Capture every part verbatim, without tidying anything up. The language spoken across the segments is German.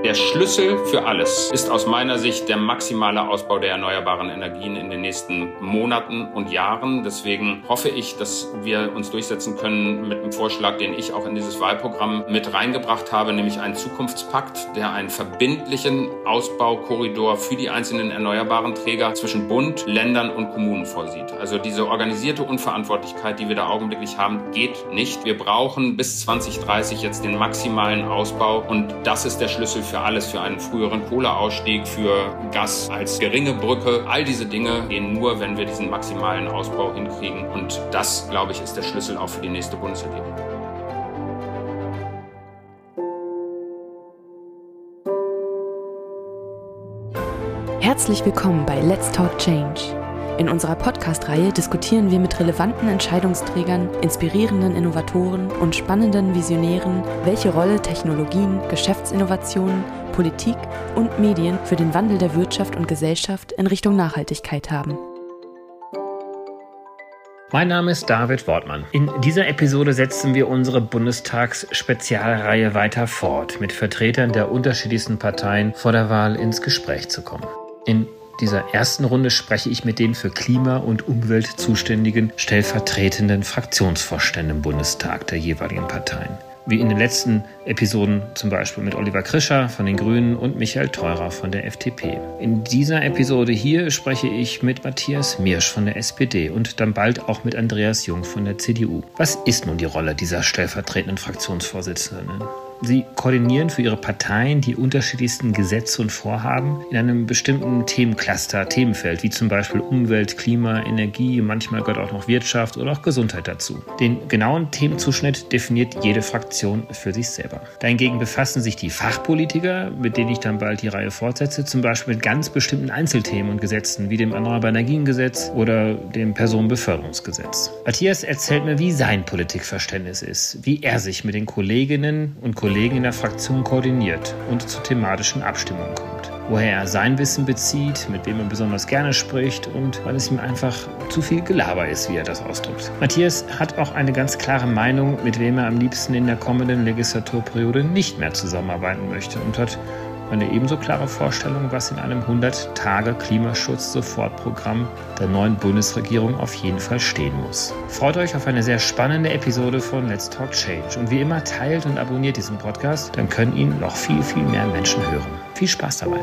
Der Schlüssel für alles ist aus meiner Sicht der maximale Ausbau der erneuerbaren Energien in den nächsten Monaten und Jahren. Deswegen hoffe ich, dass wir uns durchsetzen können mit einem Vorschlag, den ich auch in dieses Wahlprogramm mit reingebracht habe, nämlich einen Zukunftspakt, der einen verbindlichen Ausbaukorridor für die einzelnen erneuerbaren Träger zwischen Bund, Ländern und Kommunen vorsieht. Also diese organisierte Unverantwortlichkeit, die wir da augenblicklich haben, geht nicht. Wir brauchen bis zwanzig dreißig jetzt den maximalen Ausbau und das ist der Schlüssel für alles, für einen früheren Kohleausstieg, für Gas als geringe Brücke. All diese Dinge gehen nur, wenn wir diesen maximalen Ausbau hinkriegen. Und das, glaube ich, ist der Schlüssel auch für die nächste Bundesregierung. Herzlich willkommen bei Let's Talk Change. In unserer Podcast-Reihe diskutieren wir mit relevanten Entscheidungsträgern, inspirierenden Innovatoren und spannenden Visionären, welche Rolle Technologien, Geschäftsinnovationen, Politik und Medien für den Wandel der Wirtschaft und Gesellschaft in Richtung Nachhaltigkeit haben. Mein Name ist David Wortmann. In dieser Episode setzen wir unsere Bundestags-Spezialreihe weiter fort, mit Vertretern der unterschiedlichsten Parteien vor der Wahl ins Gespräch zu kommen. In dieser ersten Runde spreche ich mit den für Klima und Umwelt zuständigen stellvertretenden Fraktionsvorständen im Bundestag der jeweiligen Parteien. Wie in den letzten Episoden zum Beispiel mit Oliver Krischer von den Grünen und Michael Theurer von der F D P. In dieser Episode hier spreche ich mit Matthias Mirsch von der S P D und dann bald auch mit Andreas Jung von der C D U. Was ist nun die Rolle dieser stellvertretenden Fraktionsvorsitzenden? Sie koordinieren für ihre Parteien die unterschiedlichsten Gesetze und Vorhaben in einem bestimmten Themencluster, Themenfeld, wie zum Beispiel Umwelt, Klima, Energie, manchmal gehört auch noch Wirtschaft oder auch Gesundheit dazu. Den genauen Themenzuschnitt definiert jede Fraktion für sich selber. Dahingegen befassen sich die Fachpolitiker, mit denen ich dann bald die Reihe fortsetze, zum Beispiel mit ganz bestimmten Einzelthemen und Gesetzen, wie dem Erneuerbaren Energiengesetz oder dem Personenbeförderungsgesetz. Matthias erzählt mir, wie sein Politikverständnis ist, wie er sich mit den Kolleginnen und Kollegen Kollegen in der Fraktion koordiniert und zu thematischen Abstimmungen kommt. Woher er sein Wissen bezieht, mit wem er besonders gerne spricht und weil es ihm einfach zu viel Gelaber ist, wie er das ausdrückt. Matthias hat auch eine ganz klare Meinung, mit wem er am liebsten in der kommenden Legislaturperiode nicht mehr zusammenarbeiten möchte und hat eine ebenso klare Vorstellung, was in einem hundert-Tage-Klimaschutz-Sofortprogramm der neuen Bundesregierung auf jeden Fall stehen muss. Freut euch auf eine sehr spannende Episode von Let's Talk Change. Und wie immer, teilt und abonniert diesen Podcast, dann können ihn noch viel, viel mehr Menschen hören. Viel Spaß dabei.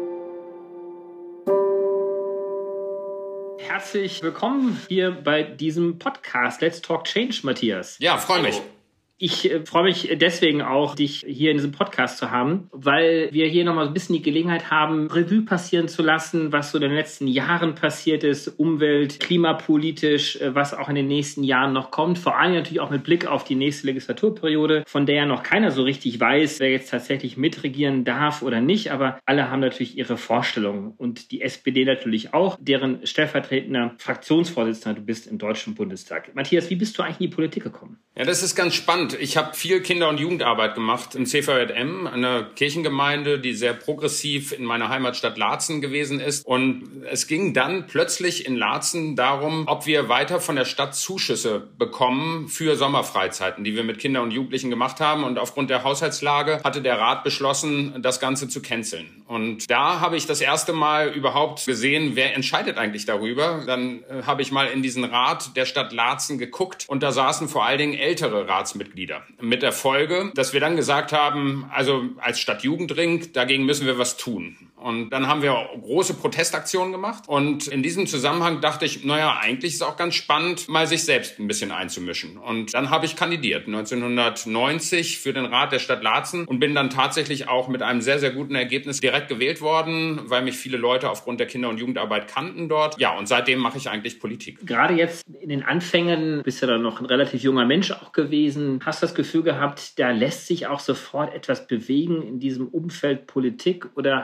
Herzlich willkommen hier bei diesem Podcast Let's Talk Change, Matthias. Ja, freue mich. Ich äh, freue mich deswegen auch, dich hier in diesem Podcast zu haben, weil wir hier nochmal ein bisschen die Gelegenheit haben, Revue passieren zu lassen, was so in den letzten Jahren passiert ist, umwelt-, klimapolitisch, äh, was auch in den nächsten Jahren noch kommt. Vor allem natürlich auch mit Blick auf die nächste Legislaturperiode, von der ja noch keiner so richtig weiß, wer jetzt tatsächlich mitregieren darf oder nicht. Aber alle haben natürlich ihre Vorstellungen und die S P D natürlich auch, deren stellvertretender Fraktionsvorsitzender du bist im Deutschen Bundestag. Matthias, wie bist du eigentlich in die Politik gekommen? Ja, das ist ganz spannend. Ich habe viel Kinder- und Jugendarbeit gemacht im C V J M, einer Kirchengemeinde, die sehr progressiv in meiner Heimatstadt Laatzen gewesen ist. Und es ging dann plötzlich in Laatzen darum, ob wir weiter von der Stadt Zuschüsse bekommen für Sommerfreizeiten, die wir mit Kindern und Jugendlichen gemacht haben. Und aufgrund der Haushaltslage hatte der Rat beschlossen, das Ganze zu canceln. Und da habe ich das erste Mal überhaupt gesehen, wer entscheidet eigentlich darüber. Dann äh, habe ich mal in diesen Rat der Stadt Laatzen geguckt und da saßen vor allen Dingen ältere Ratsmitglieder. Mit der Folge, dass wir dann gesagt haben, also als Stadtjugendring, dagegen müssen wir was tun. Und dann haben wir große Protestaktionen gemacht. Und in diesem Zusammenhang dachte ich, naja, eigentlich ist es auch ganz spannend, mal sich selbst ein bisschen einzumischen. Und dann habe ich kandidiert, neunzehnhundertneunzig für den Rat der Stadt Laatzen und bin dann tatsächlich auch mit einem sehr, sehr guten Ergebnis direkt gewählt worden, weil mich viele Leute aufgrund der Kinder- und Jugendarbeit kannten dort. Ja, und seitdem mache ich eigentlich Politik. Gerade jetzt in den Anfängen, bist du ja dann noch ein relativ junger Mensch auch gewesen, hast das Gefühl gehabt, da lässt sich auch sofort etwas bewegen in diesem Umfeld Politik oder hast du da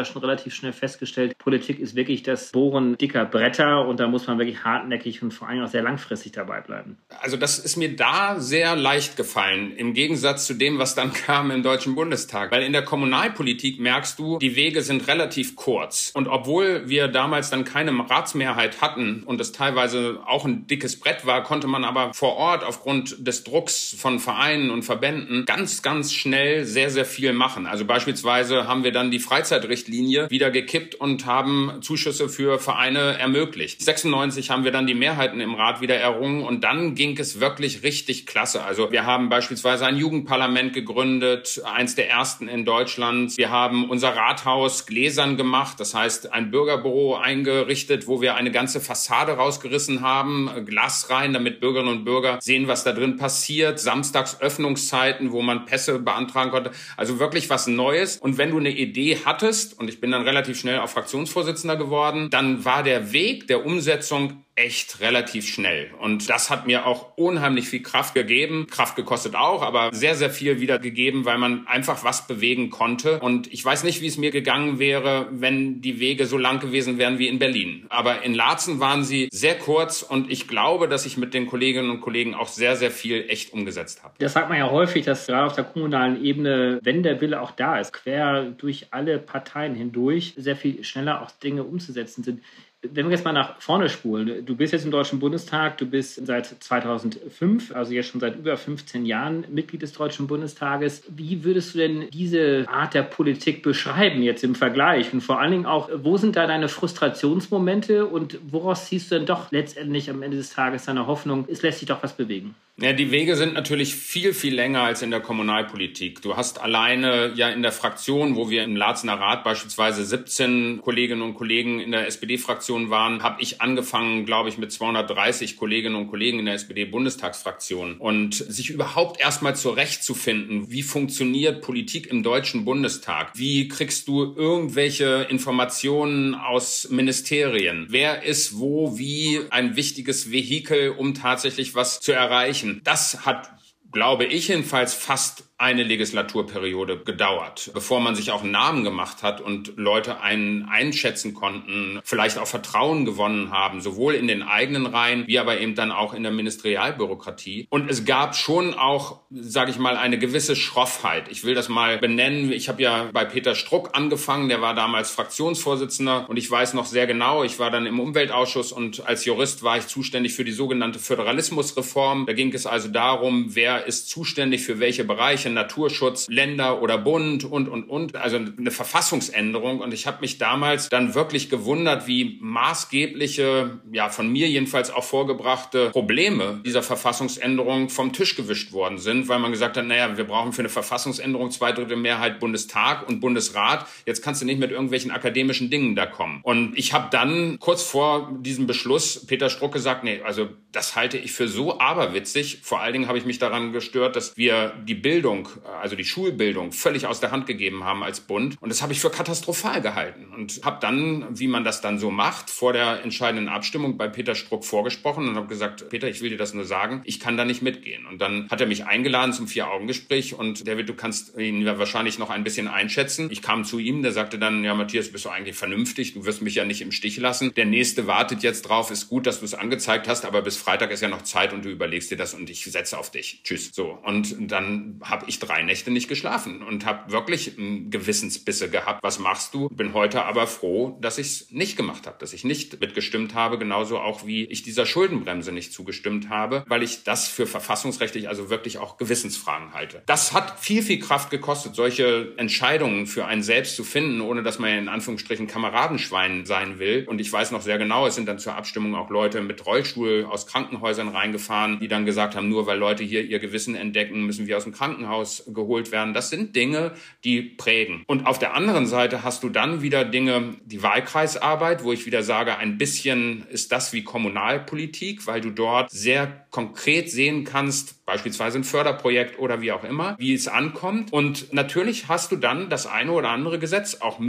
schon relativ schnell festgestellt, Politik ist wirklich das Bohren dicker Bretter und da muss man wirklich hartnäckig und vor allem auch sehr langfristig dabei bleiben. Also das ist mir da sehr leicht gefallen, im Gegensatz zu dem, was dann kam im Deutschen Bundestag. Weil in der Kommunalpolitik merkst du, die Wege sind relativ kurz. Und obwohl wir damals dann keine Ratsmehrheit hatten und es teilweise auch ein dickes Brett war, konnte man aber vor Ort aufgrund des Drucks von Vereinen und Verbänden ganz, ganz schnell sehr, sehr viel machen. Also beispielsweise haben wir dann die Freizeitrichtlinie wieder gekippt und haben Zuschüsse für Vereine ermöglicht. sechsundneunzig haben wir dann die Mehrheiten im Rat wieder errungen und dann ging es wirklich richtig klasse. Also wir haben beispielsweise ein Jugendparlament gegründet, eins der ersten in Deutschland. Wir haben unser Rathaus gläsern gemacht, das heißt ein Bürgerbüro eingerichtet, wo wir eine ganze Fassade rausgerissen haben, Glas rein, damit Bürgerinnen und Bürger sehen, was da drin passiert. Samstags Öffnungszeiten, wo man Pässe beantragen konnte. Also wirklich was Neues. Und wenn du eine Idee hattest, und ich bin dann relativ schnell auch Fraktionsvorsitzender geworden, dann war der Weg der Umsetzung echt relativ schnell. Und das hat mir auch unheimlich viel Kraft gegeben. Kraft gekostet auch, aber sehr, sehr viel wieder gegeben, weil man einfach was bewegen konnte. Und ich weiß nicht, wie es mir gegangen wäre, wenn die Wege so lang gewesen wären wie in Berlin. Aber in Laatzen waren sie sehr kurz und ich glaube, dass ich mit den Kolleginnen und Kollegen auch sehr, sehr viel echt umgesetzt habe. Das sagt man ja häufig, dass gerade auf der kommunalen Ebene, wenn der Wille auch da ist, quer durch alle Parteien hindurch, sehr viel schneller auch Dinge umzusetzen sind. Wenn wir jetzt mal nach vorne spulen, du bist jetzt im Deutschen Bundestag, du bist seit zweitausendfünf, also jetzt schon seit über fünfzehn Jahren Mitglied des Deutschen Bundestages. Wie würdest du denn diese Art der Politik beschreiben jetzt im Vergleich? Und vor allen Dingen auch, wo sind da deine Frustrationsmomente und woraus ziehst du denn doch letztendlich am Ende des Tages deine Hoffnung, es lässt sich doch was bewegen? Ja, die Wege sind natürlich viel, viel länger als in der Kommunalpolitik. Du hast alleine ja in der Fraktion, wo wir im Laatzener Rat beispielsweise siebzehn Kolleginnen und Kollegen in der S P D-Fraktion waren, habe ich angefangen, glaube ich, mit zweihundertdreißig Kolleginnen und Kollegen in der S P D-Bundestagsfraktion. Und sich überhaupt erstmal zurechtzufinden, wie funktioniert Politik im Deutschen Bundestag? Wie kriegst du irgendwelche Informationen aus Ministerien? Wer ist wo, wie ein wichtiges Vehikel, um tatsächlich was zu erreichen? Das hat, glaube ich jedenfalls, fast eine Legislaturperiode gedauert, bevor man sich auch einen Namen gemacht hat und Leute einen einschätzen konnten, vielleicht auch Vertrauen gewonnen haben, sowohl in den eigenen Reihen, wie aber eben dann auch in der Ministerialbürokratie. Und es gab schon auch, sage ich mal, eine gewisse Schroffheit. Ich will das mal benennen. Ich habe ja bei Peter Struck angefangen, der war damals Fraktionsvorsitzender und ich weiß noch sehr genau, ich war dann im Umweltausschuss und als Jurist war ich zuständig für die sogenannte Föderalismusreform. Da ging es also darum, wer ist zuständig für welche Bereiche, Naturschutz, Länder oder Bund und, und, und. Also eine Verfassungsänderung. Und ich habe mich damals dann wirklich gewundert, wie maßgebliche, ja von mir jedenfalls auch vorgebrachte Probleme dieser Verfassungsänderung vom Tisch gewischt worden sind, weil man gesagt hat, naja, wir brauchen für eine Verfassungsänderung zwei Drittel Mehrheit Bundestag und Bundesrat. Jetzt kannst du nicht mit irgendwelchen akademischen Dingen da kommen. Und ich habe dann kurz vor diesem Beschluss Peter Struck gesagt, nee, also das halte ich für so aberwitzig. Vor allen Dingen habe ich mich daran gestört, dass wir die Bildung, also die Schulbildung, völlig aus der Hand gegeben haben als Bund. Und das habe ich für katastrophal gehalten. Und habe dann, wie man das dann so macht, vor der entscheidenden Abstimmung bei Peter Struck vorgesprochen und habe gesagt, Peter, ich will dir das nur sagen, ich kann da nicht mitgehen. Und dann hat er mich eingeladen zum Vier-Augen-Gespräch und David, du kannst ihn ja wahrscheinlich noch ein bisschen einschätzen. Ich kam zu ihm, der sagte dann, ja Matthias, bist du eigentlich vernünftig, du wirst mich ja nicht im Stich lassen. Der Nächste wartet jetzt drauf, ist gut, dass du es angezeigt hast, aber bis Freitag ist ja noch Zeit und du überlegst dir das und ich setze auf dich. Tschüss. So. Und dann habe ich drei Nächte nicht geschlafen und habe wirklich Gewissensbisse gehabt. Was machst du? Bin heute aber froh, dass ich es nicht gemacht habe, dass ich nicht mitgestimmt habe, genauso auch wie ich dieser Schuldenbremse nicht zugestimmt habe, weil ich das für verfassungsrechtlich, also wirklich auch Gewissensfragen halte. Das hat viel, viel Kraft gekostet, solche Entscheidungen für einen selbst zu finden, ohne dass man in Anführungsstrichen Kameradenschwein sein will. Und ich weiß noch sehr genau, es sind dann zur Abstimmung auch Leute mit Rollstuhl aus Krankenhäusern reingefahren, die dann gesagt haben, nur weil Leute hier ihr Gewissen entdecken, müssen wir aus dem Krankenhaus geholt werden. Das sind Dinge, die prägen. Und auf der anderen Seite hast du dann wieder Dinge, die Wahlkreisarbeit, wo ich wieder sage, ein bisschen ist das wie Kommunalpolitik, weil du dort sehr konkret sehen kannst, beispielsweise ein Förderprojekt oder wie auch immer, wie es ankommt. Und natürlich hast du dann das eine oder andere Gesetz auch mit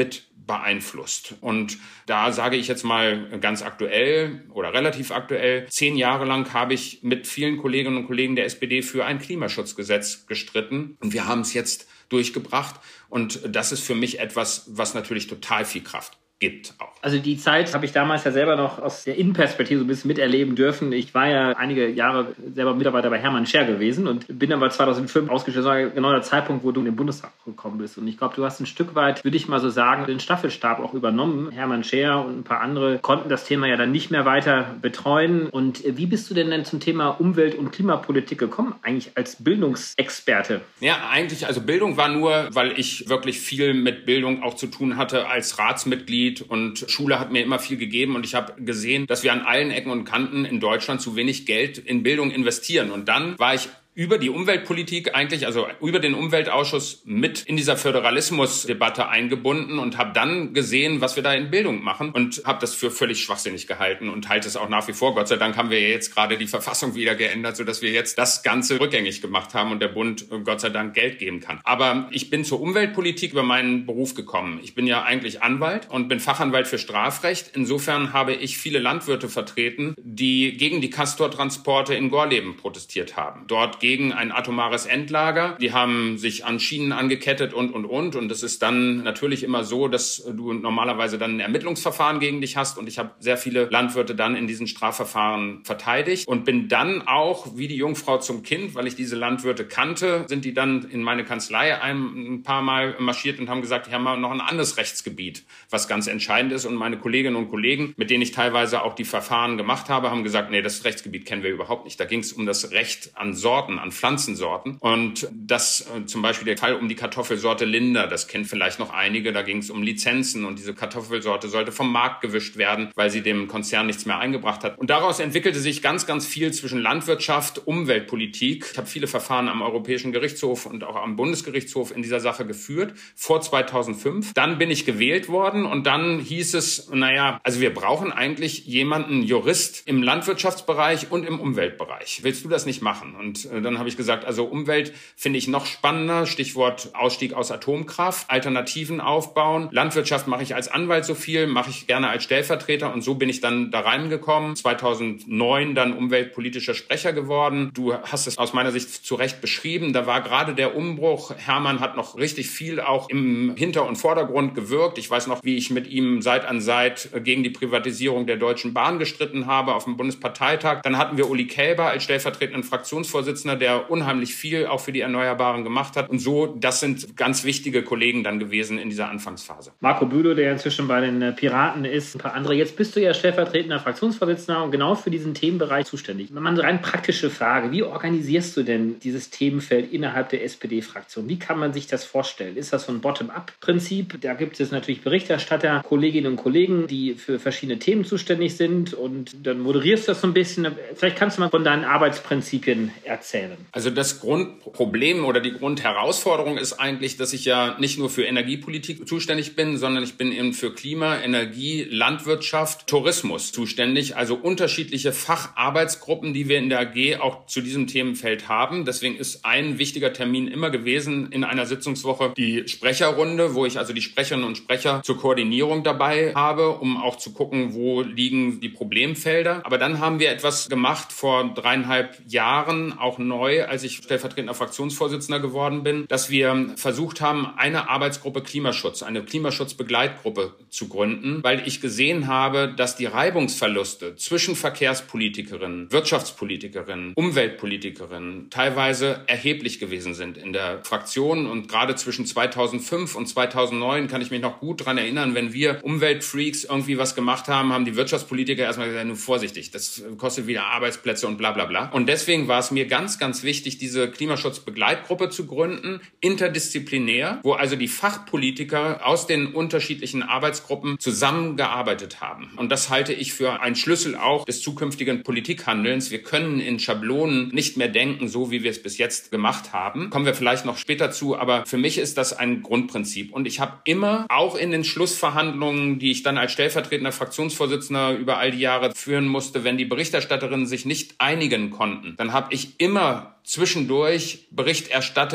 beeinflusst. Und da sage ich jetzt mal ganz aktuell oder relativ aktuell, zehn Jahre lang habe ich mit vielen Kolleginnen und Kollegen der S P D für ein Klimaschutzgesetz gestritten. Und wir haben es jetzt durchgebracht. Und das ist für mich etwas, was natürlich total viel Kraft gibt auch. Also die Zeit habe ich damals ja selber noch aus der Innenperspektive so ein bisschen miterleben dürfen. Ich war ja einige Jahre selber Mitarbeiter bei Hermann Scher gewesen und bin dann bei zweitausendfünf ausgestellt. Das war genau der Zeitpunkt, wo du in den Bundestag gekommen bist. Und ich glaube, du hast ein Stück weit, würde ich mal so sagen, den Staffelstab auch übernommen. Hermann Scher und ein paar andere konnten das Thema ja dann nicht mehr weiter betreuen. Und wie bist du denn dann zum Thema Umwelt- und Klimapolitik gekommen, eigentlich als Bildungsexperte? Ja, eigentlich, also Bildung war nur, weil ich wirklich viel mit Bildung auch zu tun hatte als Ratsmitglied. Und Schule hat mir immer viel gegeben und ich habe gesehen, dass wir an allen Ecken und Kanten in Deutschland zu wenig Geld in Bildung investieren. Und dann war ich über die Umweltpolitik eigentlich, also über den Umweltausschuss mit in dieser Föderalismusdebatte eingebunden und habe dann gesehen, was wir da in Bildung machen und habe das für völlig schwachsinnig gehalten und halte es auch nach wie vor. Gott sei Dank haben wir jetzt gerade die Verfassung wieder geändert, sodass wir jetzt das Ganze rückgängig gemacht haben und der Bund Gott sei Dank Geld geben kann. Aber ich bin zur Umweltpolitik über meinen Beruf gekommen. Ich bin ja eigentlich Anwalt und bin Fachanwalt für Strafrecht. Insofern habe ich viele Landwirte vertreten, die gegen die Castortransporte in Gorleben protestiert haben. Dort gegen ein atomares Endlager. Die haben sich an Schienen angekettet und, und, und. Und es ist dann natürlich immer so, dass du normalerweise dann ein Ermittlungsverfahren gegen dich hast. Und ich habe sehr viele Landwirte dann in diesen Strafverfahren verteidigt und bin dann auch wie die Jungfrau zum Kind, weil ich diese Landwirte kannte, sind die dann in meine Kanzlei ein paar Mal marschiert und haben gesagt, wir haben mal noch ein anderes Rechtsgebiet, was ganz entscheidend ist. Und meine Kolleginnen und Kollegen, mit denen ich teilweise auch die Verfahren gemacht habe, haben gesagt, nee, das Rechtsgebiet kennen wir überhaupt nicht. Da ging es um das Recht an Sorten, an Pflanzensorten. Und das äh, zum Beispiel der Fall um die Kartoffelsorte Linder, das kennen vielleicht noch einige, da ging es um Lizenzen und diese Kartoffelsorte sollte vom Markt gewischt werden, weil sie dem Konzern nichts mehr eingebracht hat. Und daraus entwickelte sich ganz, ganz viel zwischen Landwirtschaft, Umweltpolitik. Ich habe viele Verfahren am Europäischen Gerichtshof und auch am Bundesgerichtshof in dieser Sache geführt, vor zweitausendfünf. Dann bin ich gewählt worden und dann hieß es, naja, also wir brauchen eigentlich jemanden, Jurist im Landwirtschaftsbereich und im Umweltbereich. Willst du das nicht machen? Und äh, dann habe ich gesagt, also Umwelt finde ich noch spannender. Stichwort Ausstieg aus Atomkraft, Alternativen aufbauen. Landwirtschaft mache ich als Anwalt so viel, mache ich gerne als Stellvertreter. Und so bin ich dann da reingekommen. zweitausendneun dann umweltpolitischer Sprecher geworden. Du hast es aus meiner Sicht zu Recht beschrieben. Da war gerade der Umbruch. Hermann hat noch richtig viel auch im Hinter- und Vordergrund gewirkt. Ich weiß noch, wie ich mit ihm Seit an Seit gegen die Privatisierung der Deutschen Bahn gestritten habe auf dem Bundesparteitag. Dann hatten wir Uli Kelber als stellvertretenden Fraktionsvorsitzender, der unheimlich viel auch für die Erneuerbaren gemacht hat. Und so, das sind ganz wichtige Kollegen dann gewesen in dieser Anfangsphase. Marco Bülow, der inzwischen bei den Piraten ist, ein paar andere. Jetzt bist du ja stellvertretender Fraktionsvorsitzender und genau für diesen Themenbereich zuständig. Mal eine rein praktische Frage. Wie organisierst du denn dieses Themenfeld innerhalb der S P D-Fraktion? Wie kann man sich das vorstellen? Ist das so ein Bottom-up-Prinzip? Da gibt es natürlich Berichterstatter, Kolleginnen und Kollegen, die für verschiedene Themen zuständig sind und dann moderierst du das so ein bisschen. Vielleicht kannst du mal von deinen Arbeitsprinzipien erzählen. Also das Grundproblem oder die Grundherausforderung ist eigentlich, dass ich ja nicht nur für Energiepolitik zuständig bin, sondern ich bin eben für Klima, Energie, Landwirtschaft, Tourismus zuständig. Also unterschiedliche Facharbeitsgruppen, die wir in der A G auch zu diesem Themenfeld haben. Deswegen ist ein wichtiger Termin immer gewesen in einer Sitzungswoche die Sprecherrunde, wo ich also die Sprecherinnen und Sprecher zur Koordinierung dabei habe, um auch zu gucken, wo liegen die Problemfelder. Aber dann haben wir etwas gemacht vor dreieinhalb Jahren, auch neu, als ich stellvertretender Fraktionsvorsitzender geworden bin, dass wir versucht haben, eine Arbeitsgruppe Klimaschutz, eine Klimaschutzbegleitgruppe zu gründen, weil ich gesehen habe, dass die Reibungsverluste zwischen Verkehrspolitikerinnen, Wirtschaftspolitikerinnen, Umweltpolitikerinnen teilweise erheblich gewesen sind in der Fraktion. Und gerade zwischen zweitausendfünf und zweitausendneun kann ich mich noch gut daran erinnern, wenn wir Umweltfreaks irgendwie was gemacht haben, haben die Wirtschaftspolitiker erstmal gesagt, nur vorsichtig, das kostet wieder Arbeitsplätze und bla bla bla. Und deswegen war es mir ganz, ganz wichtig, diese Klimaschutzbegleitgruppe zu gründen, interdisziplinär, wo also die Fachpolitiker aus den unterschiedlichen Arbeitsgruppen zusammengearbeitet haben. Und das halte ich für einen Schlüssel auch des zukünftigen Politikhandelns. Wir können in Schablonen nicht mehr denken, so wie wir es bis jetzt gemacht haben. Kommen wir vielleicht noch später zu, aber für mich ist das ein Grundprinzip. Und ich habe immer, auch in den Schlussverhandlungen, die ich dann als stellvertretender Fraktionsvorsitzender über all die Jahre führen musste, wenn die Berichterstatterinnen sich nicht einigen konnten, dann habe ich immer zwischendurch Bericht erstattet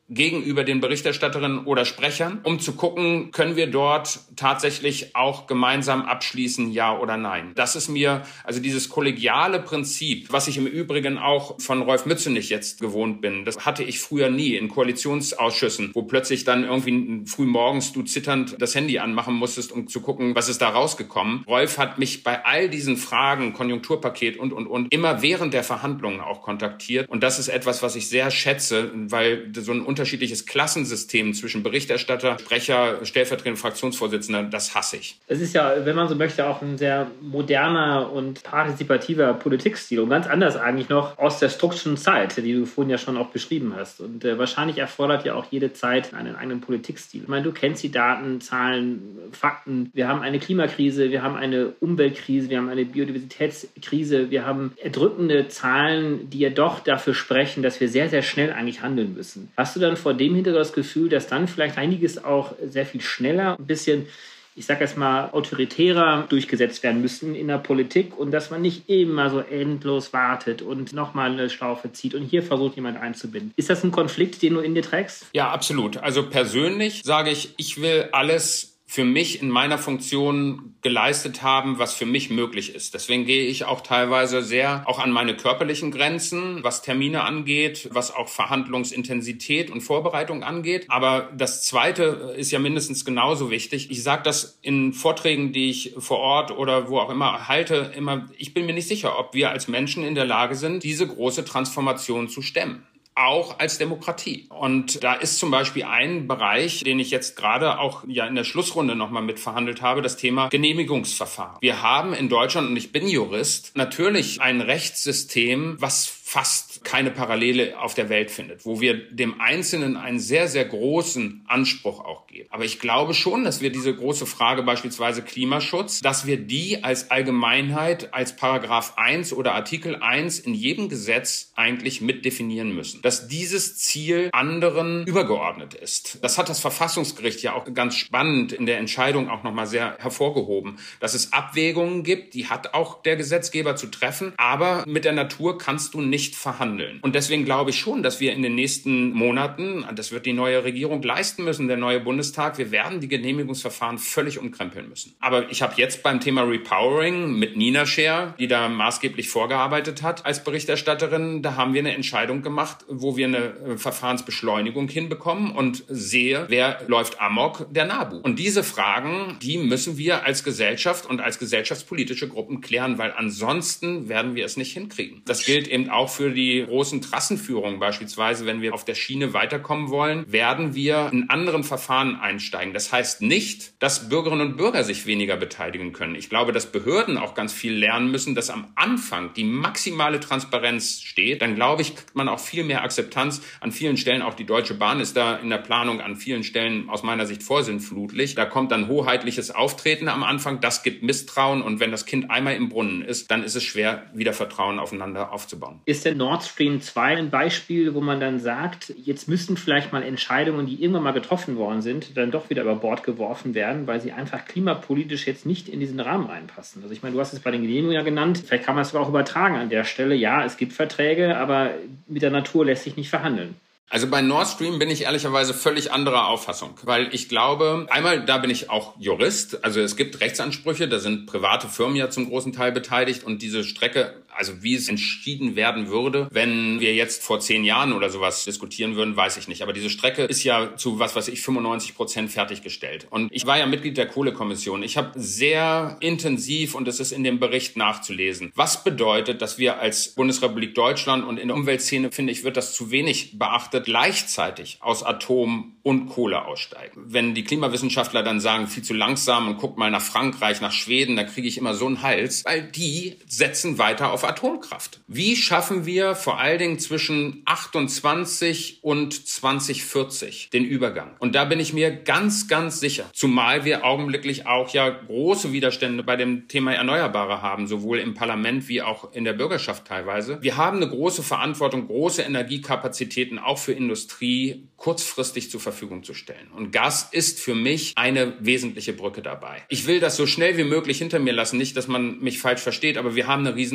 gegenüber den Berichterstatterinnen oder Sprechern, um zu gucken, können wir dort tatsächlich auch gemeinsam abschließen, ja oder nein. Das ist mir, also dieses kollegiale Prinzip, was ich im Übrigen auch von Rolf Mützenich jetzt gewohnt bin, das hatte ich früher nie in Koalitionsausschüssen, wo plötzlich dann irgendwie früh morgens du zitternd das Handy anmachen musstest, um zu gucken, was ist da rausgekommen. Rolf hat mich bei all diesen Fragen, Konjunkturpaket und, und, und, immer während der Verhandlungen auch kontaktiert. Und das ist etwas, was ich sehr schätze, weil so ein unterschiedliches Klassensystem zwischen Berichterstatter, Sprecher, stellvertretender Fraktionsvorsitzender, das hasse ich. Es ist ja, wenn man so möchte, auch ein sehr moderner und partizipativer Politikstil und ganz anders eigentlich noch aus der Struckschen Zeit, die du vorhin ja schon auch beschrieben hast. Und äh, wahrscheinlich erfordert ja auch jede Zeit einen eigenen Politikstil. Ich meine, du kennst die Daten, Zahlen, Fakten. Wir haben eine Klimakrise, wir haben eine Umweltkrise, wir haben eine Biodiversitätskrise, wir haben erdrückende Zahlen, die ja doch dafür sprechen, dass wir sehr, sehr schnell eigentlich handeln müssen. Hast du dann vor dem Hintergrund das Gefühl, dass dann vielleicht einiges auch sehr viel schneller, ein bisschen, ich sage jetzt mal, autoritärer durchgesetzt werden müssen in der Politik und dass man nicht immer so endlos wartet und nochmal eine Schlaufe zieht und hier versucht, jemand einzubinden? Ist das ein Konflikt, den du in dir trägst? Ja, absolut. Also persönlich sage ich, ich will alles für mich in meiner Funktion geleistet haben, was für mich möglich ist. Deswegen gehe ich auch teilweise sehr auch an meine körperlichen Grenzen, was Termine angeht, was auch Verhandlungsintensität und Vorbereitung angeht. Aber das Zweite ist ja mindestens genauso wichtig. Ich sage das in Vorträgen, die ich vor Ort oder wo auch immer halte, immer, ich bin mir nicht sicher, ob wir als Menschen in der Lage sind, diese große Transformation zu stemmen. Auch als Demokratie. Und da ist zum Beispiel ein Bereich, den ich jetzt gerade auch ja in der Schlussrunde nochmal mitverhandelt habe, das Thema Genehmigungsverfahren. Wir haben in Deutschland, und ich bin Jurist, natürlich ein Rechtssystem, was fast keine Parallele auf der Welt findet, wo wir dem Einzelnen einen sehr, sehr großen Anspruch auch geben. Aber ich glaube schon, dass wir diese große Frage beispielsweise Klimaschutz, dass wir die als Allgemeinheit, als Paragraph eins oder Artikel eins in jedem Gesetz eigentlich mit definieren müssen. Dass dieses Ziel anderen übergeordnet ist. Das hat das Verfassungsgericht ja auch ganz spannend in der Entscheidung auch nochmal sehr hervorgehoben, dass es Abwägungen gibt, die hat auch der Gesetzgeber zu treffen, aber mit der Natur kannst du nicht verhandeln. Und deswegen glaube ich schon, dass wir in den nächsten Monaten, das wird die neue Regierung leisten müssen, der neue Bundestag, wir werden die Genehmigungsverfahren völlig umkrempeln müssen. Aber ich habe jetzt beim Thema Repowering mit Nina Scher, die da maßgeblich vorgearbeitet hat als Berichterstatterin, da haben wir eine Entscheidung gemacht, wo wir eine Verfahrensbeschleunigung hinbekommen und sehe, wer läuft amok, der NABU. Und diese Fragen, die müssen wir als Gesellschaft und als gesellschaftspolitische Gruppen klären, weil ansonsten werden wir es nicht hinkriegen. Das gilt eben auch für die großen Trassenführungen beispielsweise. Wenn wir auf der Schiene weiterkommen wollen, werden wir in anderen Verfahren einsteigen. Das heißt nicht, dass Bürgerinnen und Bürger sich weniger beteiligen können. Ich glaube, dass Behörden auch ganz viel lernen müssen, dass am Anfang die maximale Transparenz steht. Dann glaube ich, kriegt man auch viel mehr Akzeptanz an vielen Stellen. Auch die Deutsche Bahn ist da in der Planung an vielen Stellen aus meiner Sicht vorsinnflutlich. Da kommt dann hoheitliches Auftreten am Anfang. Das gibt Misstrauen. Und wenn das Kind einmal im Brunnen ist, dann ist es schwer, wieder Vertrauen aufeinander aufzubauen. Ist der Nord Stream zwei ein Beispiel, wo man dann sagt, jetzt müssten vielleicht mal Entscheidungen, die irgendwann mal getroffen worden sind, dann doch wieder über Bord geworfen werden, weil sie einfach klimapolitisch jetzt nicht in diesen Rahmen reinpassen? Also ich meine, du hast es bei den Genehmigungen ja genannt. Vielleicht kann man es aber auch übertragen an der Stelle. Ja, es gibt Verträge, aber mit der Natur lässt sich nicht verhandeln. Also bei Nord Stream bin ich ehrlicherweise völlig anderer Auffassung, weil ich glaube, einmal, da bin ich auch Jurist, also es gibt Rechtsansprüche, da sind private Firmen ja zum großen Teil beteiligt und diese Strecke, also wie es entschieden werden würde, wenn wir jetzt vor zehn Jahren oder sowas diskutieren würden, weiß ich nicht, aber diese Strecke ist ja zu, was weiß ich, fünfundneunzig Prozent fertiggestellt und ich war ja Mitglied der Kohlekommission. Ich habe sehr intensiv, und es ist in dem Bericht nachzulesen, was bedeutet, dass wir als Bundesrepublik Deutschland, und in der Umweltszene, finde ich, wird das zu wenig beachtet, gleichzeitig aus Atom und Kohle aussteigen. Wenn die Klimawissenschaftler dann sagen, viel zu langsam und guckt mal nach Frankreich, nach Schweden, da kriege ich immer so einen Hals, weil die setzen weiter auf Atomkraft. Wie schaffen wir vor allen Dingen zwischen achtundzwanzig und zwanzig vierzig den Übergang? Und da bin ich mir ganz, ganz sicher, zumal wir augenblicklich auch ja große Widerstände bei dem Thema Erneuerbare haben, sowohl im Parlament wie auch in der Bürgerschaft teilweise. Wir haben eine große Verantwortung, große Energiekapazitäten auch für Industrie kurzfristig zur Verfügung zu stellen. Und Gas ist für mich eine wesentliche Brücke dabei. Ich will das so schnell wie möglich hinter mir lassen, nicht, dass man mich falsch versteht, aber wir haben eine riesen Verantwortung.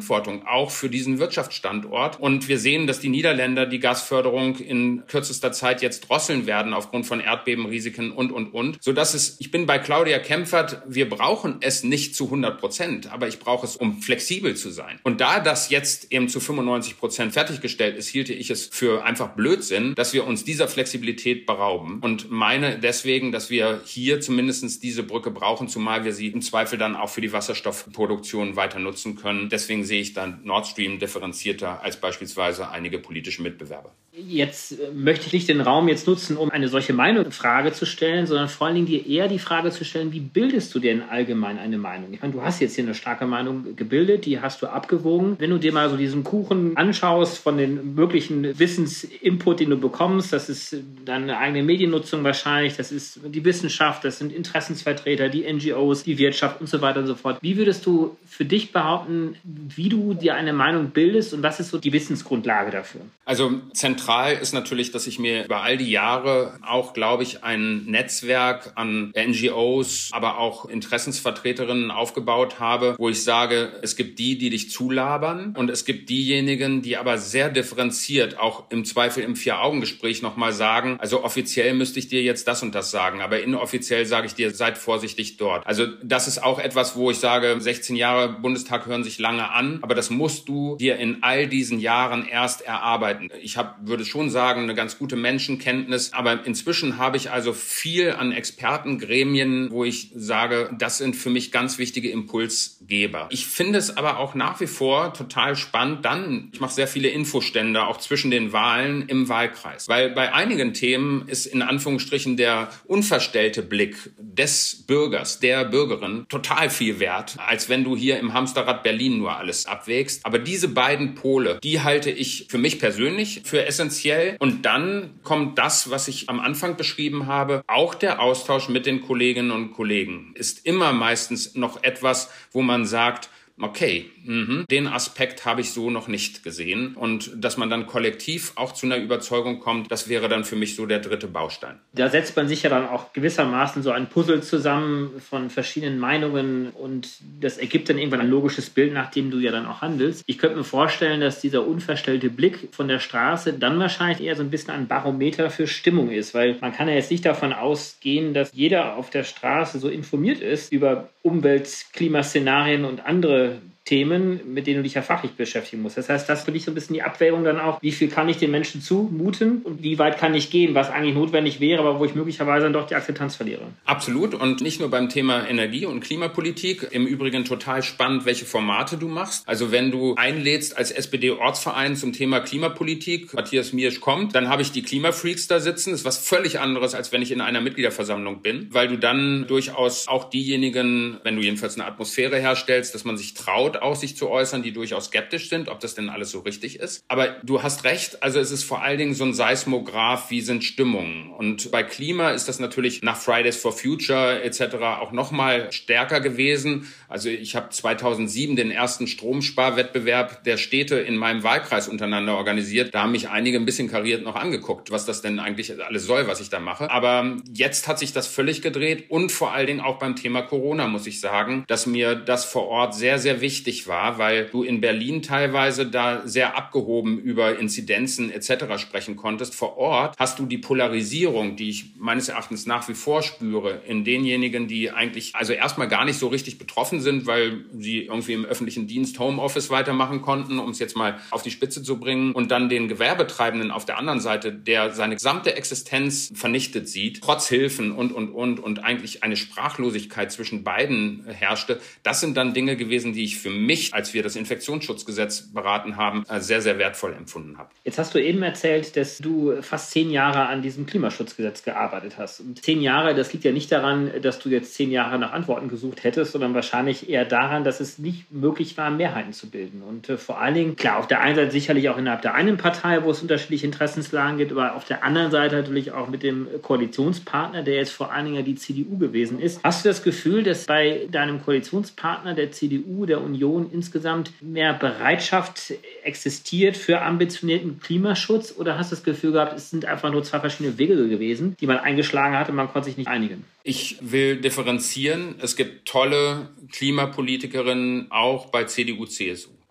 Verantwortung, auch für diesen Wirtschaftsstandort. Und wir sehen, dass die Niederländer die Gasförderung in kürzester Zeit jetzt drosseln werden aufgrund von Erdbebenrisiken und, und, und. Sodass es, ich bin bei Claudia Kempfert, wir brauchen es nicht zu hundert Prozent, aber ich brauche es, um flexibel zu sein. Und da das jetzt eben zu fünfundneunzig Prozent fertiggestellt ist, hielte ich es für einfach Blödsinn, dass wir uns dieser Flexibilität berauben. Und meine deswegen, dass wir hier zumindest diese Brücke brauchen, zumal wir sie im Zweifel dann auch für die Wasserstoffproduktion weiter nutzen können. Deswegen sehe ich dann Nord Stream differenzierter als beispielsweise einige politische Mitbewerber. Jetzt möchte ich nicht den Raum jetzt nutzen, um eine solche Meinung in Frage zu stellen, sondern vor allen Dingen dir eher die Frage zu stellen, wie bildest du denn allgemein eine Meinung? Ich meine, du hast jetzt hier eine starke Meinung gebildet, die hast du abgewogen. Wenn du dir mal so diesen Kuchen anschaust von den möglichen Wissensinput, den du bekommst, das ist deine eigene Mediennutzung wahrscheinlich, das ist die Wissenschaft, das sind Interessensvertreter, die N G Os, die Wirtschaft und so weiter und so fort. Wie würdest du für dich behaupten, wie du dir eine Meinung bildest und was ist so die Wissensgrundlage dafür? Also zentral ist natürlich, dass ich mir über all die Jahre auch, glaube ich, ein Netzwerk an N G Os, aber auch Interessensvertreterinnen aufgebaut habe, wo ich sage, es gibt die, die dich zulabern und es gibt diejenigen, die aber sehr differenziert, auch im Zweifel im Vier-Augen-Gespräch nochmal sagen, also offiziell müsste ich dir jetzt das und das sagen, aber inoffiziell sage ich dir, seid vorsichtig dort. Also das ist auch etwas, wo ich sage, sechzehn Jahre Bundestag hören sich lange an, aber das musst du dir in all diesen Jahren erst erarbeiten. Ich habe, würde schon sagen, eine ganz gute Menschenkenntnis, aber inzwischen habe ich also viel an Expertengremien, wo ich sage, das sind für mich ganz wichtige Impulsgeber. Ich finde es aber auch nach wie vor total spannend, dann, ich mache sehr viele Infostände auch zwischen den Wahlen im Wahlkreis, weil bei einigen Themen ist in Anführungsstrichen der unverstellte Blick des Bürgers, der Bürgerin total viel wert, als wenn du hier im Hamsterrad Berlin nur alles abwägst. Aber diese beiden Pole, die halte ich für mich persönlich für essentiell. Und dann kommt das, was ich am Anfang beschrieben habe, auch der Austausch mit den Kolleginnen und Kollegen ist immer meistens noch etwas, wo man sagt, okay, mh, den Aspekt habe ich so noch nicht gesehen. Und dass man dann kollektiv auch zu einer Überzeugung kommt, das wäre dann für mich so der dritte Baustein. Da setzt man sich ja dann auch gewissermaßen so ein Puzzle zusammen von verschiedenen Meinungen und das ergibt dann irgendwann ein logisches Bild, nach dem du ja dann auch handelst. Ich könnte mir vorstellen, dass dieser unverstellte Blick von der Straße dann wahrscheinlich eher so ein bisschen ein Barometer für Stimmung ist, weil man kann ja jetzt nicht davon ausgehen, dass jeder auf der Straße so informiert ist über Umwelt-, Klimaszenarien und andere Themen, mit denen du dich ja fachlich beschäftigen musst. Das heißt, das ist für dich so ein bisschen die Abwägung dann auch, wie viel kann ich den Menschen zumuten und wie weit kann ich gehen, was eigentlich notwendig wäre, aber wo ich möglicherweise dann doch die Akzeptanz verliere. Absolut und nicht nur beim Thema Energie- und Klimapolitik. Im Übrigen total spannend, welche Formate du machst. Also wenn du einlädst als S P D-Ortsverein zum Thema Klimapolitik, Matthias Miersch kommt, dann habe ich die Klimafreaks da sitzen. Das ist was völlig anderes, als wenn ich in einer Mitgliederversammlung bin, weil du dann durchaus auch diejenigen, wenn du jedenfalls eine Atmosphäre herstellst, dass man sich traut, auch sich zu äußern, die durchaus skeptisch sind, ob das denn alles so richtig ist. Aber du hast recht, also es ist vor allen Dingen so ein Seismograph, wie sind Stimmungen. Und bei Klima ist das natürlich nach Fridays for Future et cetera auch nochmal stärker gewesen. Also ich habe zweitausendsieben den ersten Stromsparwettbewerb der Städte in meinem Wahlkreis untereinander organisiert. Da haben mich einige ein bisschen kariert noch angeguckt, was das denn eigentlich alles soll, was ich da mache. Aber jetzt hat sich das völlig gedreht und vor allen Dingen auch beim Thema Corona muss ich sagen, dass mir das vor Ort sehr, sehr wichtig war, weil du in Berlin teilweise da sehr abgehoben über Inzidenzen et cetera sprechen konntest. Vor Ort hast du die Polarisierung, die ich meines Erachtens nach wie vor spüre, in denjenigen, die eigentlich also erstmal gar nicht so richtig betroffen sind, weil sie irgendwie im öffentlichen Dienst Homeoffice weitermachen konnten, um es jetzt mal auf die Spitze zu bringen, und dann den Gewerbetreibenden auf der anderen Seite, der seine gesamte Existenz vernichtet sieht, trotz Hilfen und, und, und, und eigentlich eine Sprachlosigkeit zwischen beiden herrschte. Das sind dann Dinge gewesen, die ich für mich, als wir das Infektionsschutzgesetz beraten haben, sehr, sehr wertvoll empfunden habe. Jetzt hast du eben erzählt, dass du fast zehn Jahre an diesem Klimaschutzgesetz gearbeitet hast. Und zehn Jahre, das liegt ja nicht daran, dass du jetzt zehn Jahre nach Antworten gesucht hättest, sondern wahrscheinlich eher daran, dass es nicht möglich war, Mehrheiten zu bilden. Und äh, vor allen Dingen, klar, auf der einen Seite sicherlich auch innerhalb der einen Partei, wo es unterschiedliche Interessenslagen gibt, aber auf der anderen Seite natürlich auch mit dem Koalitionspartner, der jetzt vor allen Dingen ja die C D U gewesen ist. Hast du das Gefühl, dass bei deinem Koalitionspartner, der C D U, der Union, insgesamt mehr Bereitschaft existiert für ambitionierten Klimaschutz, oder hast du das Gefühl gehabt, es sind einfach nur zwei verschiedene Wege gewesen, die man eingeschlagen hat und man konnte sich nicht einigen? Ich will differenzieren. Es gibt tolle Klimapolitikerinnen auch bei C D U, C S U.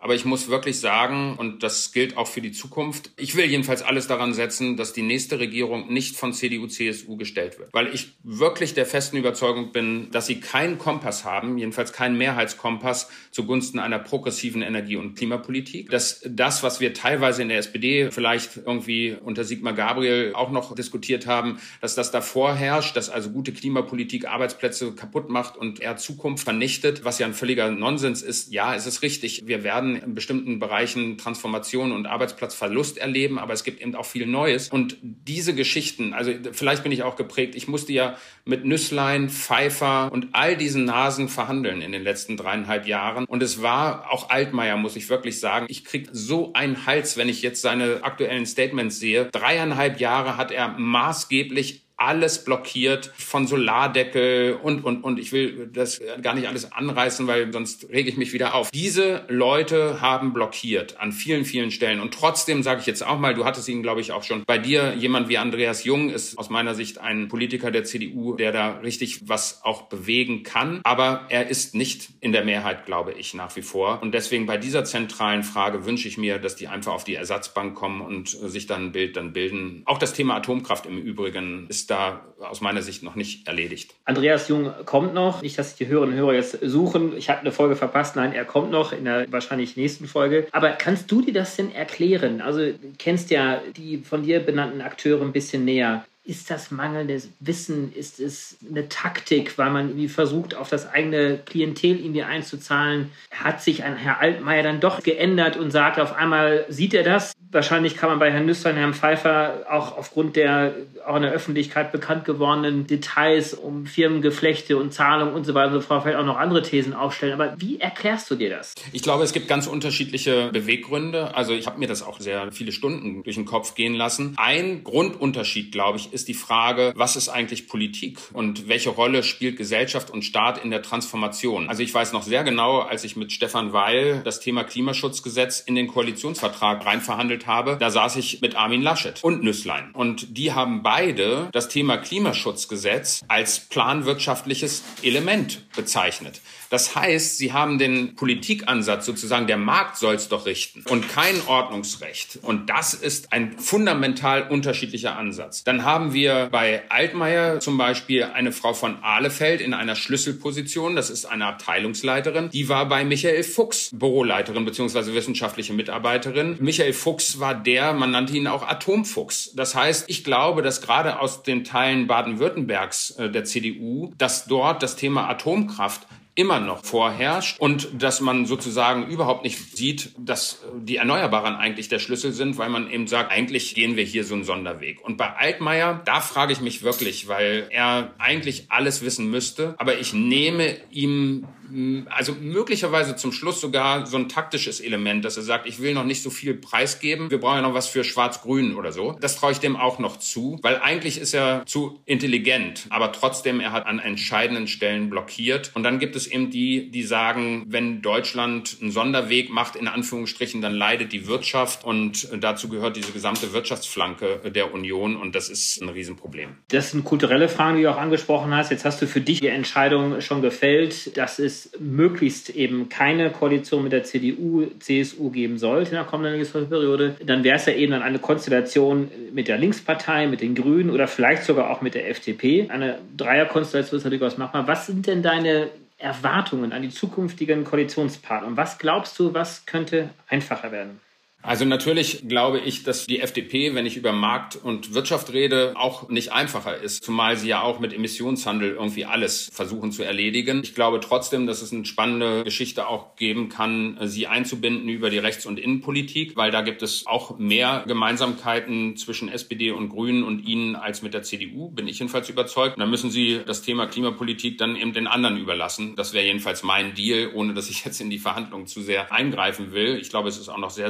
Aber ich muss wirklich sagen, und das gilt auch für die Zukunft, ich will jedenfalls alles daran setzen, dass die nächste Regierung nicht von C D U, C S U gestellt wird. Weil ich wirklich der festen Überzeugung bin, dass sie keinen Kompass haben, jedenfalls keinen Mehrheitskompass zugunsten einer progressiven Energie- und Klimapolitik. Dass das, was wir teilweise in der S P D vielleicht irgendwie unter Sigmar Gabriel auch noch diskutiert haben, dass das da vorherrscht, dass also gute Klimapolitik Arbeitsplätze kaputt macht und eher Zukunft vernichtet, was ja ein völliger Nonsens ist. Ja, es ist richtig. Wir werden in bestimmten Bereichen Transformation und Arbeitsplatzverlust erleben, aber es gibt eben auch viel Neues. Und diese Geschichten, also vielleicht bin ich auch geprägt, ich musste ja mit Nüßlein, Pfeiffer und all diesen Nasen verhandeln in den letzten dreieinhalb Jahren. Und es war auch Altmaier, muss ich wirklich sagen. Ich kriege so einen Hals, wenn ich jetzt seine aktuellen Statements sehe. Dreieinhalb Jahre hat er maßgeblich alles blockiert, von Solardeckel und, und, und. Ich will das gar nicht alles anreißen, weil sonst rege ich mich wieder auf. Diese Leute haben blockiert an vielen, vielen Stellen. Und trotzdem sage ich jetzt auch mal, du hattest ihn, glaube ich, auch schon bei dir. Jemand wie Andreas Jung ist aus meiner Sicht ein Politiker der C D U, der da richtig was auch bewegen kann. Aber er ist nicht in der Mehrheit, glaube ich, nach wie vor. Und deswegen bei dieser zentralen Frage wünsche ich mir, dass die einfach auf die Ersatzbank kommen und sich dann ein Bild dann bilden. Auch das Thema Atomkraft im Übrigen ist da aus meiner Sicht noch nicht erledigt. Andreas Jung kommt noch. Nicht, dass die Hörerinnen und Hörer jetzt suchen. Ich habe eine Folge verpasst. Nein, er kommt noch in der wahrscheinlich nächsten Folge. Aber kannst du dir das denn erklären? Also du kennst ja die von dir benannten Akteure ein bisschen näher. Ist das mangelndes Wissen? Ist es eine Taktik, weil man irgendwie versucht, auf das eigene Klientel irgendwie einzuzahlen? Hat sich ein Herr Altmaier dann doch geändert und sagt, auf einmal sieht er das? Wahrscheinlich kann man bei Herrn Nüßlein, Herrn Pfeiffer auch aufgrund der auch in der Öffentlichkeit bekannt gewordenen Details um Firmengeflechte und Zahlungen und so weiter und so fort vielleicht auch noch andere Thesen aufstellen. Aber wie erklärst du dir das? Ich glaube, es gibt ganz unterschiedliche Beweggründe. Also ich habe mir das auch sehr viele Stunden durch den Kopf gehen lassen. Ein Grundunterschied, glaube ich, ist die Frage, was ist eigentlich Politik und welche Rolle spielt Gesellschaft und Staat in der Transformation? Also ich weiß noch sehr genau, als ich mit Stefan Weil das Thema Klimaschutzgesetz in den Koalitionsvertrag rein verhandelt habe, da saß ich mit Armin Laschet und Nüßlein. Und die haben beide das Thema Klimaschutzgesetz als planwirtschaftliches Element bezeichnet. Das heißt, sie haben den Politikansatz sozusagen, der Markt soll es doch richten und kein Ordnungsrecht. Und das ist ein fundamental unterschiedlicher Ansatz. Dann haben wir bei Altmaier zum Beispiel eine Frau von Ahlefeld in einer Schlüsselposition. Das ist eine Abteilungsleiterin. Die war bei Michael Fuchs Büroleiterin bzw. wissenschaftliche Mitarbeiterin. Michael Fuchs war der, man nannte ihn auch Atomfuchs. Das heißt, ich glaube, dass gerade aus den Teilen Baden-Württembergs äh, der C D U, dass dort das Thema Atomkraft immer noch vorherrscht und dass man sozusagen überhaupt nicht sieht, dass die Erneuerbaren eigentlich der Schlüssel sind, weil man eben sagt, eigentlich gehen wir hier so einen Sonderweg. Und bei Altmaier, da frage ich mich wirklich, weil er eigentlich alles wissen müsste, aber ich nehme ihm also möglicherweise zum Schluss sogar so ein taktisches Element, dass er sagt, ich will noch nicht so viel preisgeben, wir brauchen ja noch was für Schwarz-Grün oder so. Das traue ich dem auch noch zu, weil eigentlich ist er zu intelligent, aber trotzdem, er hat an entscheidenden Stellen blockiert. Und dann gibt es eben die, die sagen, wenn Deutschland einen Sonderweg macht, in Anführungsstrichen, dann leidet die Wirtschaft und dazu gehört diese gesamte Wirtschaftsflanke der Union und das ist ein Riesenproblem. Das sind kulturelle Fragen, die du auch angesprochen hast. Jetzt hast du für dich die Entscheidung schon gefällt, dass es möglichst eben keine Koalition mit der C D U, C S U geben sollte in der kommenden Legislaturperiode. Dann wäre es ja eben dann eine Konstellation mit der Linkspartei, mit den Grünen oder vielleicht sogar auch mit der F D P. Eine Dreierkonstellation ist ja durchaus machbar. Was sind denn deine Erwartungen an die zukünftigen Koalitionspartner? Und was glaubst du, was könnte einfacher werden? Also natürlich glaube ich, dass die F D P, wenn ich über Markt und Wirtschaft rede, auch nicht einfacher ist, zumal sie ja auch mit Emissionshandel irgendwie alles versuchen zu erledigen. Ich glaube trotzdem, dass es eine spannende Geschichte auch geben kann, sie einzubinden über die Rechts- und Innenpolitik, weil da gibt es auch mehr Gemeinsamkeiten zwischen S P D und Grünen und ihnen als mit der C D U, bin ich jedenfalls überzeugt. Und dann müssen sie das Thema Klimapolitik dann eben den anderen überlassen. Das wäre jedenfalls mein Deal, ohne dass ich jetzt in die Verhandlungen zu sehr eingreifen will. Ich glaube, es ist auch noch sehr, sehr viel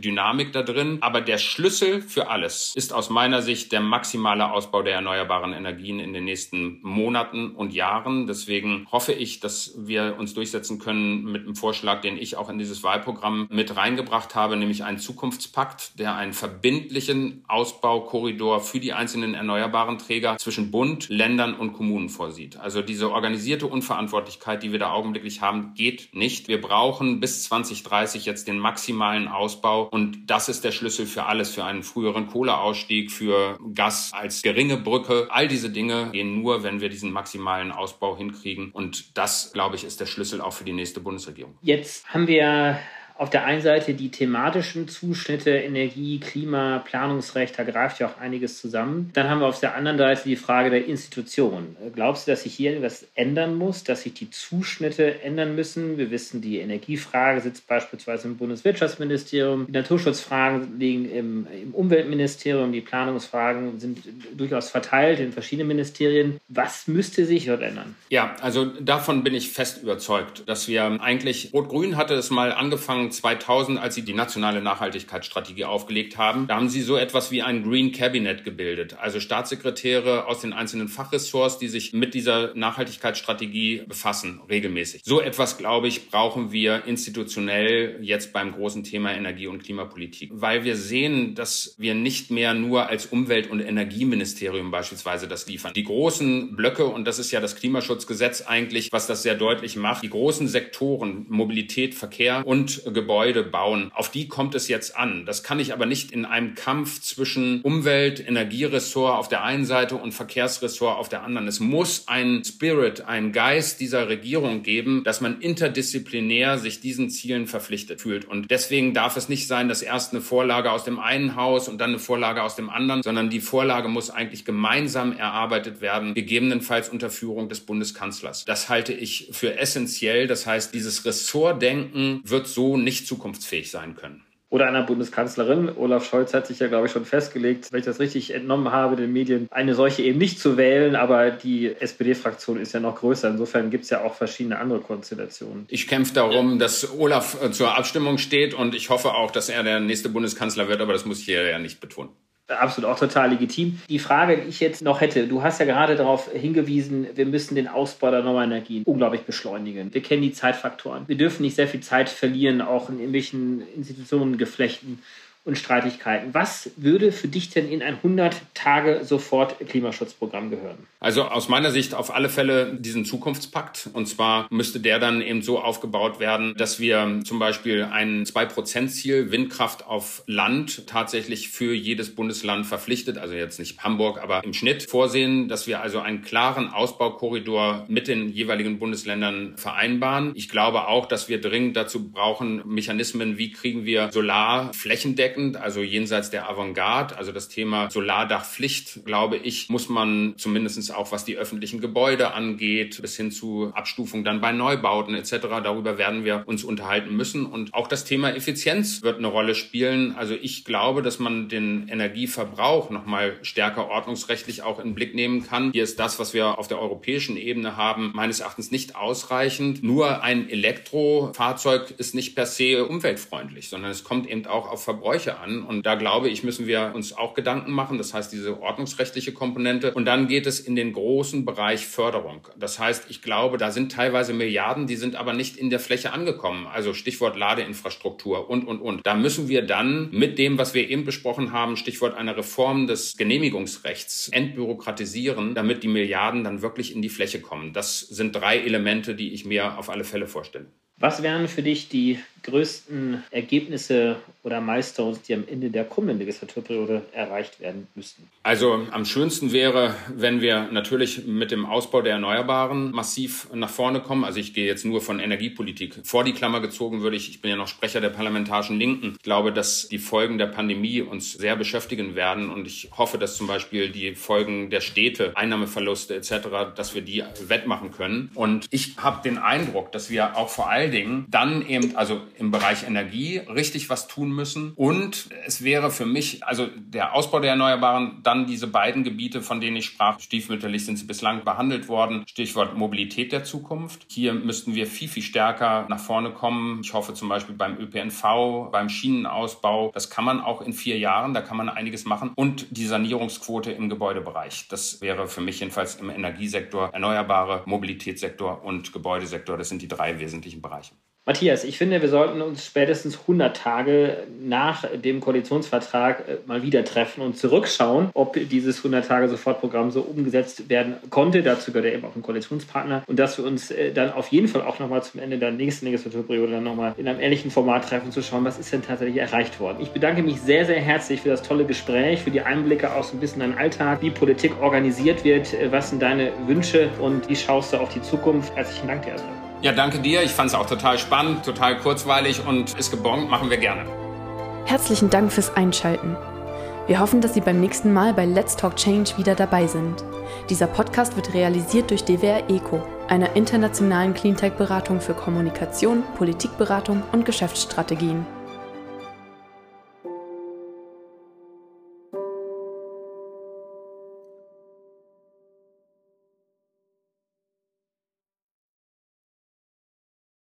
Dynamik da drin. Aber der Schlüssel für alles ist aus meiner Sicht der maximale Ausbau der erneuerbaren Energien in den nächsten Monaten und Jahren. Deswegen hoffe ich, dass wir uns durchsetzen können mit einem Vorschlag, den ich auch in dieses Wahlprogramm mit reingebracht habe, nämlich einen Zukunftspakt, der einen verbindlichen Ausbaukorridor für die einzelnen erneuerbaren Träger zwischen Bund, Ländern und Kommunen vorsieht. Also diese organisierte Unverantwortlichkeit, die wir da augenblicklich haben, geht nicht. Wir brauchen bis zwanzig dreißig jetzt den maximalen Ausbau und das ist der Schlüssel für alles, für einen früheren Kohleausstieg, für Gas als geringe Brücke. All diese Dinge gehen nur, wenn wir diesen maximalen Ausbau hinkriegen und das, glaube ich, ist der Schlüssel auch für die nächste Bundesregierung. Jetzt haben wir auf der einen Seite die thematischen Zuschnitte, Energie, Klima, Planungsrecht, da greift ja auch einiges zusammen. Dann haben wir auf der anderen Seite die Frage der Institutionen. Glaubst du, dass sich hier etwas ändern muss, dass sich die Zuschnitte ändern müssen? Wir wissen, die Energiefrage sitzt beispielsweise im Bundeswirtschaftsministerium, die Naturschutzfragen liegen im, im Umweltministerium, die Planungsfragen sind durchaus verteilt in verschiedenen Ministerien. Was müsste sich dort ändern? Ja, also davon bin ich fest überzeugt, dass wir eigentlich, Rot-Grün hatte es mal angefangen, zweitausend, als sie die nationale Nachhaltigkeitsstrategie aufgelegt haben. Da haben sie so etwas wie ein Green Cabinet gebildet, also Staatssekretäre aus den einzelnen Fachressorts, die sich mit dieser Nachhaltigkeitsstrategie befassen, regelmäßig. So etwas, glaube ich, brauchen wir institutionell jetzt beim großen Thema Energie- und Klimapolitik, weil wir sehen, dass wir nicht mehr nur als Umwelt- und Energieministerium beispielsweise das liefern. Die großen Blöcke, und das ist ja das Klimaschutzgesetz eigentlich, was das sehr deutlich macht, die großen Sektoren, Mobilität, Verkehr und Gebäude bauen. Auf die kommt es jetzt an. Das kann ich aber nicht in einem Kampf zwischen Umwelt-, Energieressort auf der einen Seite und Verkehrsressort auf der anderen. Es muss einen Spirit, einen Geist dieser Regierung geben, dass man interdisziplinär sich diesen Zielen verpflichtet fühlt. Und deswegen darf es nicht sein, dass erst eine Vorlage aus dem einen Haus und dann eine Vorlage aus dem anderen, sondern die Vorlage muss eigentlich gemeinsam erarbeitet werden, gegebenenfalls unter Führung des Bundeskanzlers. Das halte ich für essentiell. Das heißt, dieses Ressortdenken wird so nicht zukunftsfähig sein können. Oder einer Bundeskanzlerin. Olaf Scholz hat sich ja, glaube ich, schon festgelegt, wenn ich das richtig entnommen habe, den Medien, eine solche eben nicht zu wählen. Aber die S P D-Fraktion ist ja noch größer. Insofern gibt es ja auch verschiedene andere Konstellationen. Ich kämpfe darum, dass Olaf zur Abstimmung steht und ich hoffe auch, dass er der nächste Bundeskanzler wird. Aber das muss ich hier ja nicht betonen. Absolut, auch total legitim. Die Frage, die ich jetzt noch hätte, du hast ja gerade darauf hingewiesen, wir müssen den Ausbau der erneuerbaren Energien unglaublich beschleunigen. Wir kennen die Zeitfaktoren. Wir dürfen nicht sehr viel Zeit verlieren, auch in irgendwelchen Institutionengeflechten und Streitigkeiten. Was würde für dich denn in ein hundert-Tage-Sofort-Klimaschutzprogramm gehören? Also aus meiner Sicht auf alle Fälle diesen Zukunftspakt. Und zwar müsste der dann eben so aufgebaut werden, dass wir zum Beispiel ein zwei Prozent Ziel Windkraft auf Land tatsächlich für jedes Bundesland verpflichtet, also jetzt nicht Hamburg, aber im Schnitt vorsehen, dass wir also einen klaren Ausbaukorridor mit den jeweiligen Bundesländern vereinbaren. Ich glaube auch, dass wir dringend dazu brauchen, Mechanismen, wie kriegen wir Solar flächendeckend, also jenseits der Avantgarde, also das Thema Solardachpflicht, glaube ich, muss man zumindest auch, was die öffentlichen Gebäude angeht, bis hin zu Abstufung dann bei Neubauten et cetera. Darüber werden wir uns unterhalten müssen. Und auch das Thema Effizienz wird eine Rolle spielen. Also ich glaube, dass man den Energieverbrauch nochmal stärker ordnungsrechtlich auch in den Blick nehmen kann. Hier ist das, was wir auf der europäischen Ebene haben, meines Erachtens nicht ausreichend. Nur ein Elektrofahrzeug ist nicht per se umweltfreundlich, sondern es kommt eben auch auf Verbräuche an. Und da glaube ich, müssen wir uns auch Gedanken machen. Das heißt, diese ordnungsrechtliche Komponente. Und dann geht es in den großen Bereich Förderung. Das heißt, ich glaube, da sind teilweise Milliarden, die sind aber nicht in der Fläche angekommen. Also Stichwort Ladeinfrastruktur und, und, und. Da müssen wir dann mit dem, was wir eben besprochen haben, Stichwort einer Reform des Genehmigungsrechts, entbürokratisieren, damit die Milliarden dann wirklich in die Fläche kommen. Das sind drei Elemente, die ich mir auf alle Fälle vorstelle. Was wären für dich die größten Ergebnisse oder Milestones, die am Ende der kommenden Legislaturperiode erreicht werden müssten? Also am schönsten wäre, wenn wir natürlich mit dem Ausbau der Erneuerbaren massiv nach vorne kommen. Also ich gehe jetzt nur von Energiepolitik. Vor die Klammer gezogen würde ich, ich bin ja noch Sprecher der parlamentarischen Linken. Ich glaube, dass die Folgen der Pandemie uns sehr beschäftigen werden und ich hoffe, dass zum Beispiel die Folgen der Städte, Einnahmeverluste et cetera, dass wir die wettmachen können. Und ich habe den Eindruck, dass wir auch vor allen Dingen dann eben, also im Bereich Energie richtig was tun müssen. Und es wäre für mich, also der Ausbau der Erneuerbaren, dann diese beiden Gebiete, von denen ich sprach, stiefmütterlich sind sie bislang behandelt worden. Stichwort Mobilität der Zukunft. Hier müssten wir viel, viel stärker nach vorne kommen. Ich hoffe zum Beispiel beim Ö P N V, beim Schienenausbau. Das kann man auch in vier Jahren, da kann man einiges machen. Und die Sanierungsquote im Gebäudebereich. Das wäre für mich jedenfalls im Energiesektor, Erneuerbare, Mobilitätssektor und Gebäudesektor. Das sind die drei wesentlichen Bereiche. Matthias, ich finde, wir sollten uns spätestens hundert Tage nach dem Koalitionsvertrag mal wieder treffen und zurückschauen, ob dieses hundert-Tage-Sofortprogramm so umgesetzt werden konnte. Dazu gehört ja eben auch ein Koalitionspartner. Und dass wir uns dann auf jeden Fall auch nochmal zum Ende der nächsten Legislaturperiode dann nochmal in einem ähnlichen Format treffen, zu schauen, was ist denn tatsächlich erreicht worden. Ich bedanke mich sehr, sehr herzlich für das tolle Gespräch, für die Einblicke auch so ein bisschen in den Alltag, wie Politik organisiert wird, was sind deine Wünsche und wie schaust du auf die Zukunft. Herzlichen Dank dir erstmal. Ja, danke dir. Ich fand es auch total spannend, total kurzweilig und ist gebongt, machen wir gerne. Herzlichen Dank fürs Einschalten. Wir hoffen, dass Sie beim nächsten Mal bei Let's Talk Change wieder dabei sind. Dieser Podcast wird realisiert durch D W R ECO, einer internationalen Cleantech-Beratung für Kommunikation, Politikberatung und Geschäftsstrategien.